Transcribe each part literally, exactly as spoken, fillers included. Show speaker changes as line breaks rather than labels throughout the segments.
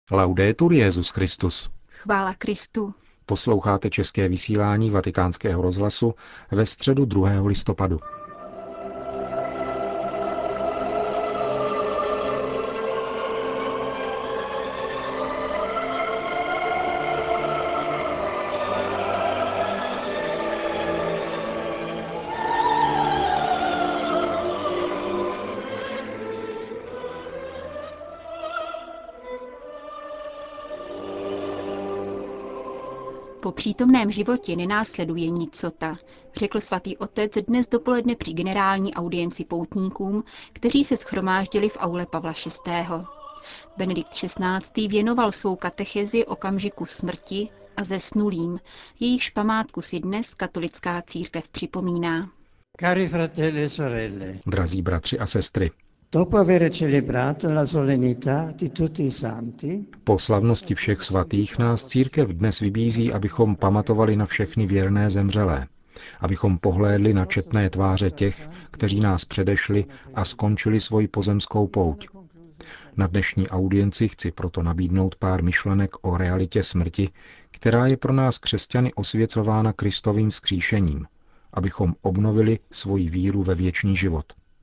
Laudetur Jesus Christus.
Chvála Kristu.
Posloucháte české vysílání Vatikánského rozhlasu ve středu druhého listopadu.
Po přítomném životě nenásleduje nicota, řekl svatý otec dnes dopoledne při generální audienci poutníkům, kteří se shromáždili v aule Pavla šestého. Benedikt šestnáctý věnoval svou katechezi okamžiku smrti a zesnulým, jejichž památku si dnes katolická církev připomíná.
Cari fratelli e sorelle,
Drazí bratři a sestry,
dopo aver celebrato la solennità di tutti i santi,
po slavnosti všech svatých nás církev dnes vybízí, abychom pamatovali na všechny věrné zemřelé, abychom pohlédli na četné tváře těch, kteří nás předešli a skončili svoji pozemskou pouť. Na dnešní audienci chci proto nabídnout pár myšlenek o realitě smrti, která je pro nás křesťany osvěcována Kristovým vzkříšením, abychom obnovili svoji víru ve věčný život.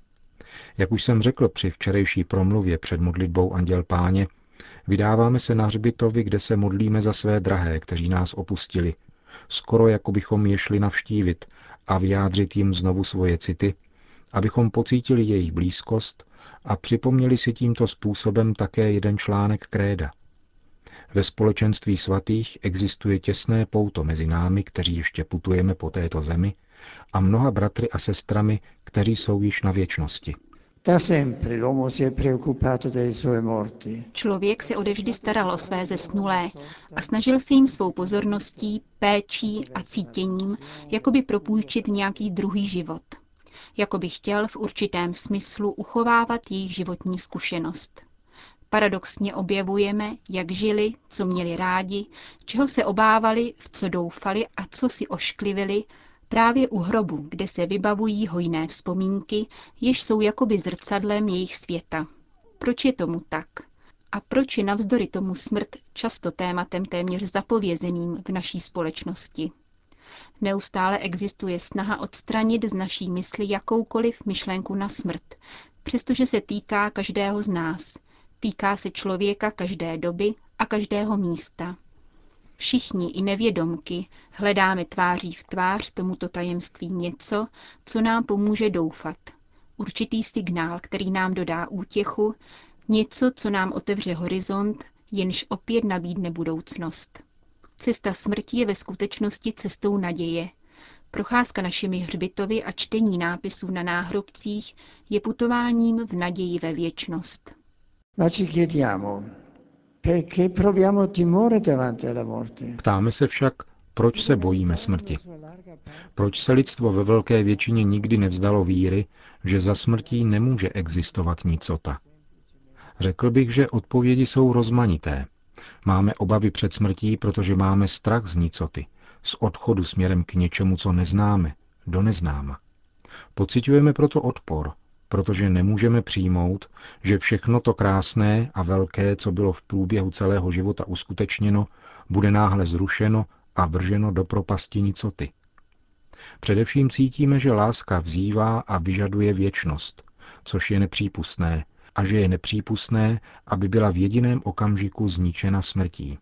Jak už jsem řekl při včerejší promluvě před modlitbou Anděl Páně, vydáváme se na hřbitovy, kde se modlíme za své drahé, kteří nás opustili, skoro jako bychom je šli navštívit a vyjádřit jim znovu svoje city, abychom pocítili jejich blízkost a připomněli si tímto způsobem také jeden článek kréda. Ve společenství svatých existuje těsné pouto mezi námi, kteří ještě putujeme po této zemi, a mnoha bratry a sestrami, kteří jsou již na věčnosti.
da sempre l'uomo si è preoccupato dei suoi morti.
Člověk se odevždy staral o své zesnulé a snažil se jim svou pozorností, péčí a cítěním jakoby propůjčit nějaký druhý život. Jakoby chtěl v určitém smyslu uchovávat jejich životní zkušenost. Paradoxně objevujeme, jak žili, co měli rádi, čeho se obávali, v co doufali a co si ošklivili, právě u hrobu, kde se vybavují hojné vzpomínky, jež jsou jakoby zrcadlem jejich světa. Proč je tomu tak? A proč je navzdory tomu smrt často tématem téměř zapovězeným v naší společnosti? Neustále existuje snaha odstranit z naší mysli jakoukoliv myšlenku na smrt, přestože se týká každého z nás. Týká se člověka každé doby a každého místa. Všichni i nevědomky hledáme tváří v tvář tomuto tajemství něco, co nám pomůže doufat. Určitý signál, který nám dodá útěchu, něco, co nám otevře horizont, jenž opět nabídne budoucnost. Cesta smrti je ve skutečnosti cestou naděje. Procházka našimi hřbitovy a čtení nápisů na náhrobcích je putováním v naději ve věčnost.
Ma ci chiediamo, perché proviamo timore davanti alla morte?
Ptáme se však, proč se bojíme smrti. Proč se lidstvo ve velké většině nikdy nevzdalo víry, že za smrtí nemůže existovat nicota? Řekl bych, že odpovědi jsou rozmanité. Máme obavy před smrtí, protože máme strach z nicoty, z odchodu směrem k něčemu, co neznáme, do neznáma. Pociťujeme proto odpor, protože nemůžeme přijmout, že všechno to krásné a velké, co bylo v průběhu celého života uskutečněno, bude náhle zrušeno a vrženo do propasti nicoty. Především cítíme, že láska vzývá a vyžaduje věčnost, což je nepřípustné, a že je nepřípustné, aby byla v jediném okamžiku zničena smrtí.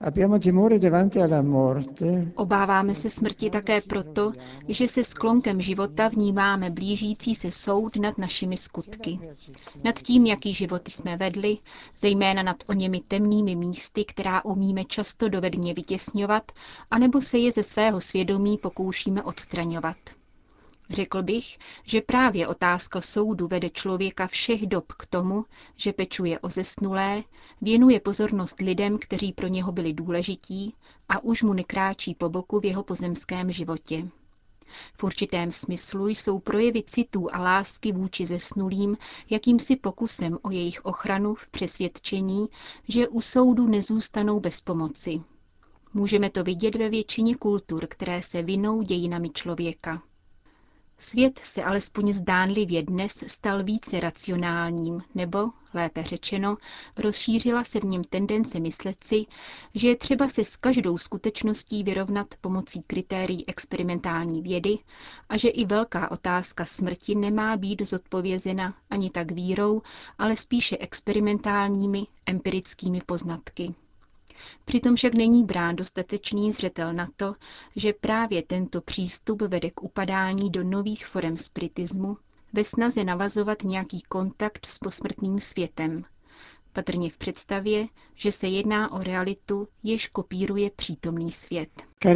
Obáváme se smrti také proto, že se sklonkem života vnímáme blížící se soud nad našimi skutky. Nad tím, jaký život jsme vedli, zejména nad oněmi temnými místy, která umíme často dovedně vytěsňovat, anebo se je ze svého svědomí pokoušíme odstraňovat. Řekl bych, že právě otázka soudu vede člověka všech dob k tomu, že pečuje o zesnulé, věnuje pozornost lidem, kteří pro něho byli důležití a už mu nekráčí po boku v jeho pozemském životě. V určitém smyslu jsou projevy citů a lásky vůči zesnulým jakýmsi pokusem o jejich ochranu v přesvědčení, že u soudu nezůstanou bez pomoci. Můžeme to vidět ve většině kultur, které se vinou dějinami člověka. Svět se alespoň zdánlivě dnes stal více racionálním, nebo, lépe řečeno, rozšířila se v něm tendence myslet si, že je třeba se s každou skutečností vyrovnat pomocí kritérií experimentální vědy a že i velká otázka smrti nemá být zodpovězena ani tak vírou, ale spíše experimentálními, empirickými poznatky. Přitom však není brán dostatečný zřetel na to, že právě tento přístup vede k upadání do nových forem spiritismu ve snaze navazovat nějaký kontakt s posmrtným světem, patrně v představě, že se jedná o realitu, jež kopíruje přítomný svět.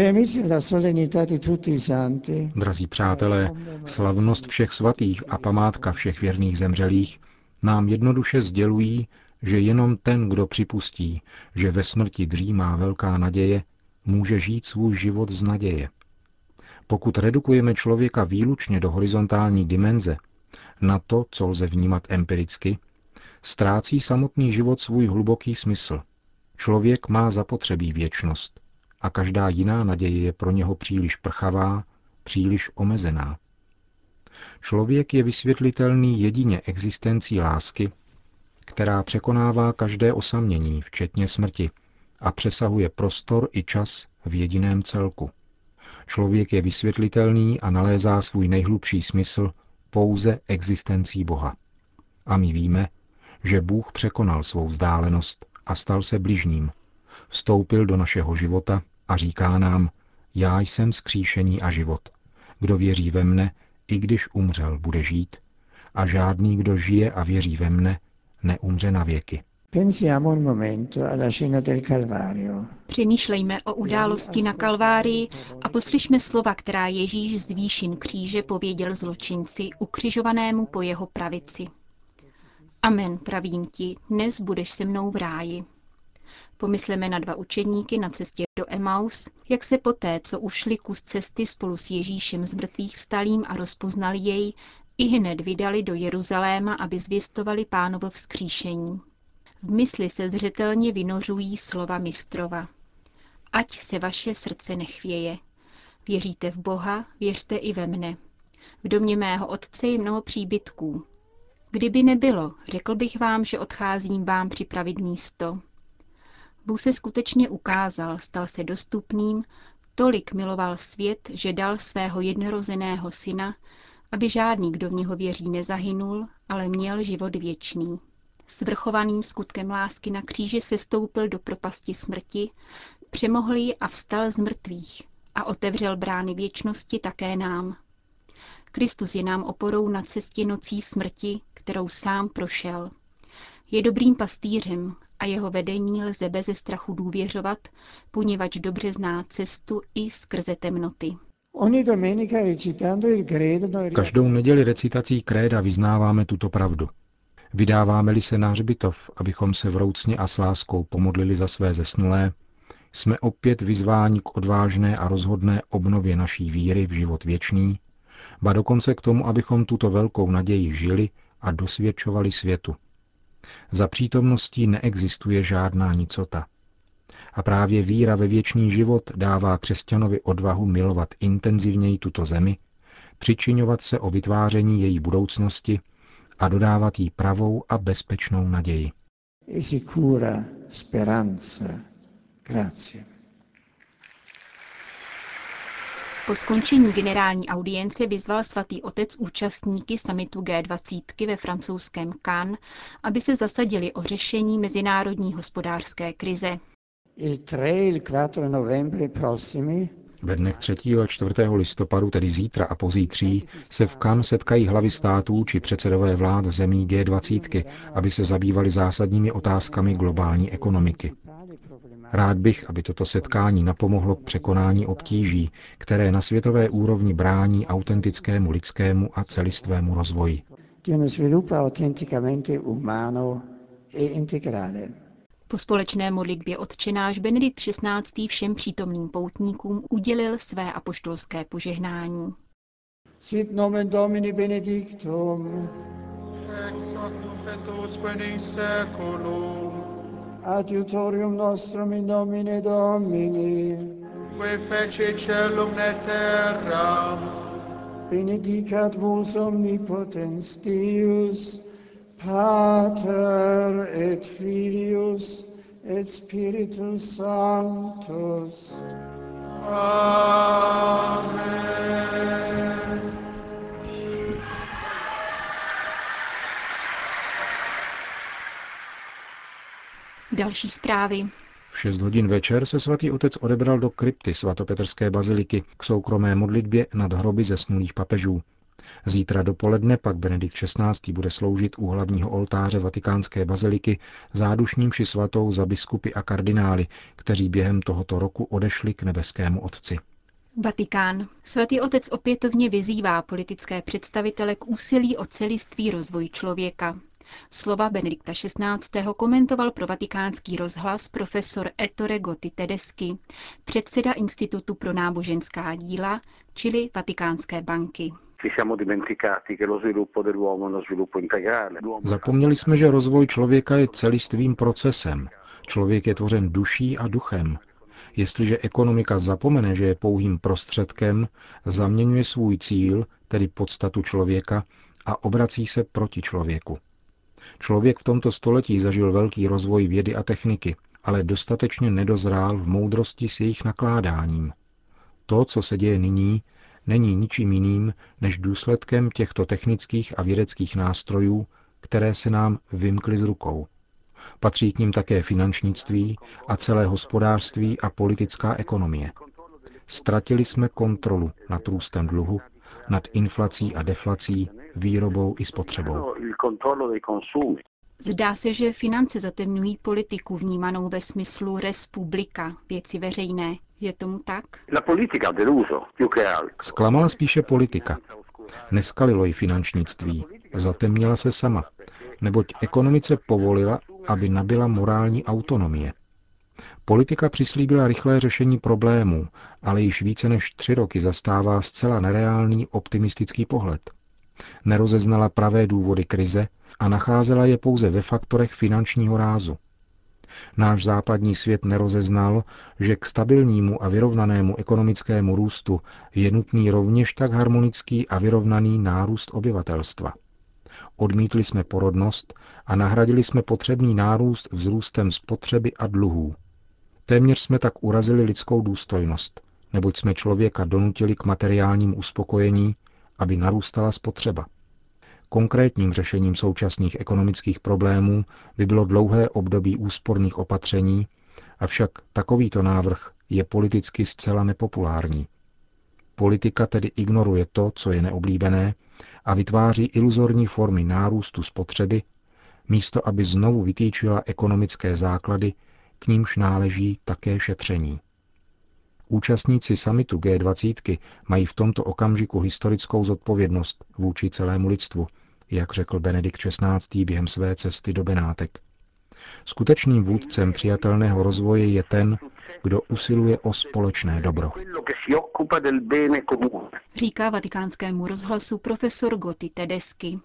Drazí přátelé, slavnost všech svatých a památka všech věrných zemřelých nám jednoduše sdělují, že jenom ten, kdo připustí, že ve smrti dřímá velká naděje, může žít svůj život z naděje. Pokud redukujeme člověka výlučně do horizontální dimenze, na to, co lze vnímat empiricky, ztrácí samotný život svůj hluboký smysl. Člověk má zapotřebí věčnost a každá jiná naděje je pro něho příliš prchavá, příliš omezená. Člověk je vysvětlitelný jedině existencí lásky, která překonává každé osamění, včetně smrti, a přesahuje prostor i čas v jediném celku. Člověk je vysvětlitelný a nalézá svůj nejhlubší smysl pouze existencí Boha. A my víme, že Bůh překonal svou vzdálenost a stal se bližním. Vstoupil do našeho života a říká nám, já jsem vzkříšení a život. Kdo věří ve mne, i když umřel, bude žít, a žádný, kdo žije a věří ve mne, neumře na věky.
Přemýšlejme o události na Kalvárii a poslyšme slova, která Ježíš z výšin kříže pověděl zločinci, ukřižovanému po jeho pravici. Amen, pravím ti, dnes budeš se mnou v ráji. Pomysleme na dva učedníky na cestě do Emaus, jak se poté, co ušli kus cesty spolu s Ježíšem z mrtvých vstalým a rozpoznali jej, i hned vydali do Jeruzaléma, aby zvěstovali Pánovo vzkříšení. V mysli se zřetelně vynořují slova mistrova. Ať se vaše srdce nechvěje. Věříte v Boha, věřte i ve mne. V domě mého otce je mnoho příbytků. Kdyby nebylo, řekl bych vám, že odcházím vám připravit místo. Bůh se skutečně ukázal, stal se dostupným, tolik miloval svět, že dal svého jednorozeného syna, aby žádný, kdo v něho věří, nezahynul, ale měl život věčný. Svrchovaným skutkem lásky na kříži sestoupil do propasti smrti, přemohl ji a vstal z mrtvých a otevřel brány věčnosti také nám. Kristus je nám oporou na cestě nocí smrti, kterou sám prošel. Je dobrým pastýřem a jeho vedení lze beze strachu důvěřovat, poněvadž dobře zná cestu i skrze temnoty.
Každou neděli recitací kréda vyznáváme tuto pravdu. Vydáváme-li se na hřbitov, abychom se vroucně a s láskou pomodlili za své zesnulé, jsme opět vyzváni k odvážné a rozhodné obnově naší víry v život věčný, ba dokonce k tomu, abychom tuto velkou naději žili a dosvědčovali světu. Za přítomností neexistuje žádná nicota. A právě víra ve věčný život dává křesťanovi odvahu milovat intenzivněji tuto zemi, přičiňovat se o vytváření její budoucnosti a dodávat jí pravou a bezpečnou naději.
Po skončení generální audience vyzval svatý otec účastníky summitu G dvacet ve francouzském Cannes, aby se zasadili o řešení mezinárodní hospodářské krize.
Ve dnech třetího a čtvrtého listopadu, tedy zítra a pozítří, se v Cannes setkají hlavy států či předsedové vlád zemí G dvacet, aby se zabývali zásadními otázkami globální ekonomiky. Rád bych, aby toto setkání napomohlo k překonání obtíží, které na světové úrovni brání autentickému lidskému a celistvému rozvoji.
Po společné modlitbě Otčenáš Benedikt šestnáctý všem přítomným poutníkům udělil své apoštolské požehnání.
Sit nomen Domini benedictum,
ex hoc nunc et usque in saeculum,
adiutorium nostrum in nomine Domini,
qui feci caelum et terram,
benedicat vos omnipotens Deus, Pater et Filius et Spiritus Sanctus.
Amen.
Další zprávy.
V šest hodin večer se svatý otec odebral do krypty svatopetrské baziliky k soukromé modlitbě nad hroby zesnulých papežů. Zítra dopoledne pak Benedikt šestnáctý bude sloužit u hlavního oltáře vatikánské baziliky zádušní mši svatou za biskupy a kardinály, kteří během tohoto roku odešli k nebeskému Otci.
Vatikán. Svatý otec opětovně vyzývá politické představitele k úsilí o celistvý rozvoj člověka. Slova Benedikta šestnáctého komentoval pro Vatikánský rozhlas profesor Ettore Gotti Tedeschi, předseda Institutu pro náboženská díla, čili Vatikánské banky.
Zapomněli jsme, že rozvoj člověka je celistvým procesem. Člověk je tvořen duší a duchem. Jestliže ekonomika zapomene, že je pouhým prostředkem, zaměňuje svůj cíl, tedy podstatu člověka, a obrací se proti člověku. Člověk v tomto století zažil velký rozvoj vědy a techniky, ale dostatečně nedozrál v moudrosti s jejich nakládáním. To, co se děje nyní, není ničím jiným než důsledkem těchto technických a vědeckých nástrojů, které se nám vymkly z rukou. Patří k nim také finančnictví a celé hospodářství a politická ekonomie. Ztratili jsme kontrolu nad růstem dluhu, nad inflací a deflací, výrobou i spotřebou.
Zdá se, že finance zatemňují politiku vnímanou ve smyslu res publica, věci veřejné. Je tomu tak?
Zklamala spíše politika. Neskalilo ji finančnictví, zatemnila se sama, neboť ekonomice povolila, aby nabyla morální autonomie. Politika přislíbila rychlé řešení problémů, ale již více než tři roky zastává zcela nereálný optimistický pohled. Nerozeznala pravé důvody krize a nacházela je pouze ve faktorech finančního rázu. Náš západní svět nerozeznal, že k stabilnímu a vyrovnanému ekonomickému růstu je nutný rovněž tak harmonický a vyrovnaný nárůst obyvatelstva. Odmítli jsme porodnost a nahradili jsme potřebný nárůst vzrůstem spotřeby a dluhů. Téměř jsme tak urazili lidskou důstojnost, neboť jsme člověka donutili k materiálnímu uspokojení, aby narůstala spotřeba. Konkrétním řešením současných ekonomických problémů by bylo dlouhé období úsporných opatření, avšak takovýto návrh je politicky zcela nepopulární. Politika tedy ignoruje to, co je neoblíbené, a vytváří iluzorní formy nárůstu spotřeby, místo aby znovu vytýčila ekonomické základy, k nímž náleží také šetření. Účastníci summitu G dvacet mají v tomto okamžiku historickou zodpovědnost vůči celému lidstvu, jak řekl Benedikt šestnáctý během své cesty do Benátek. Skutečným vůdcem přijatelného rozvoje je ten, kdo usiluje o společné dobro.
Říká Vatikánskému rozhlasu profesor Gotti Tedeschi.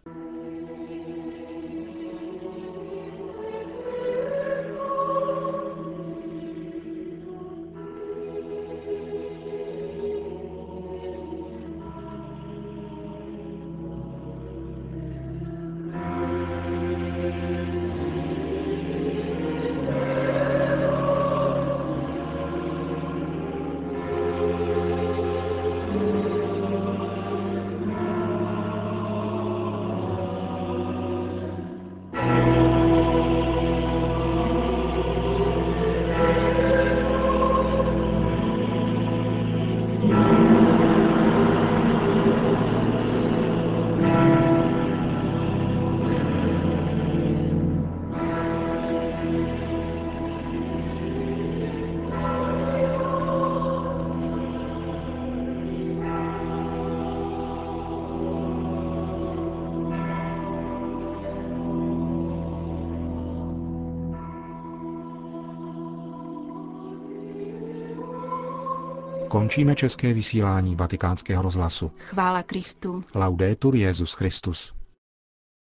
Končíme české vysílání Vatikánského rozhlasu.
Chvála Kristu.
Laudetur Jesus Christus.